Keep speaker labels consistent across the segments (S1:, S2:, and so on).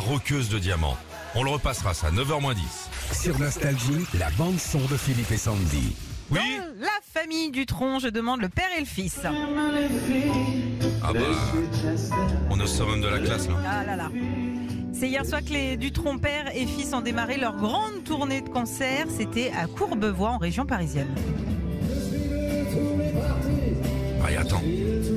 S1: roqueuse de diamants. On le repassera ça, 9h-10.
S2: Sur Nostalgie, la bande-son de Philippe et Sandy.
S1: Oui.
S3: Dans la famille Dutronc, je demande le père et le fils.
S1: Ah bah, on est au summum de la classe là.
S3: Ah là là. C'est hier soir que les Dutronc père et fils ont démarré leur grande tournée de concert. C'était à Courbevoie en région parisienne.
S1: Ah et attends.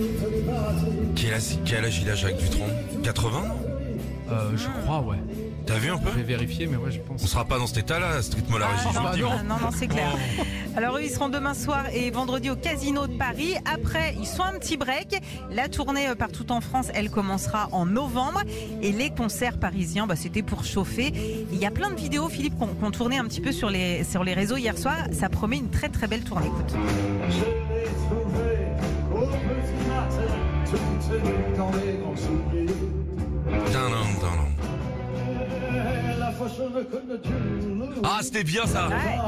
S1: Quel âge il a Jacques Dutronc? 80 non?
S4: Je crois, ouais.
S1: T'as vu un peu?
S4: Je vais vérifier, mais ouais, je pense.
S1: On sera pas dans cet état-là, à Street Molarigi, je vous le dis.
S3: Non, c'est clair. Alors eux, ils seront demain soir et vendredi au Casino de Paris. Après, ils sont un petit break. La tournée partout en France, elle commencera en novembre. Et les concerts parisiens, c'était pour chauffer. Il y a plein de vidéos, Philippe, qu'on tournait un petit peu sur les réseaux hier soir. Ça promet une très très belle tournée. Écoute.
S5: Je l'ai trouvé au petit matin, tout tenu dans les grands souliers.
S1: Ah, c'était bien ça.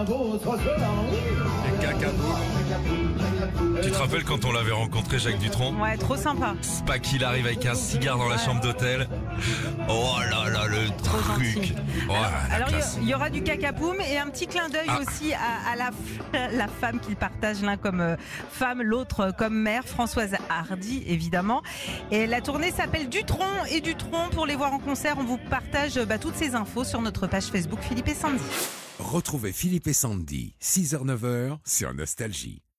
S4: Les cacabos.
S1: Tu te rappelles quand on l'avait rencontré, Jacques Dutronc?
S3: Ouais, trop sympa.
S1: C'est pas qu'il arrive avec un cigare dans la chambre d'hôtel. Oh là là, le truc.
S3: Gentil.
S1: Oh, la
S3: Alors
S1: classe.
S3: il y aura du cacapoum et un petit clin d'œil aussi à la femme qu'ils partagent, l'un comme femme, l'autre comme mère, Françoise Hardy évidemment. Et la tournée s'appelle Dutronc et Dutronc. Pour les voir en concert, on vous partage toutes ces infos sur notre page Facebook Philippe et Sandy.
S2: Retrouvez Philippe et Sandy, 6h-9h sur Nostalgie.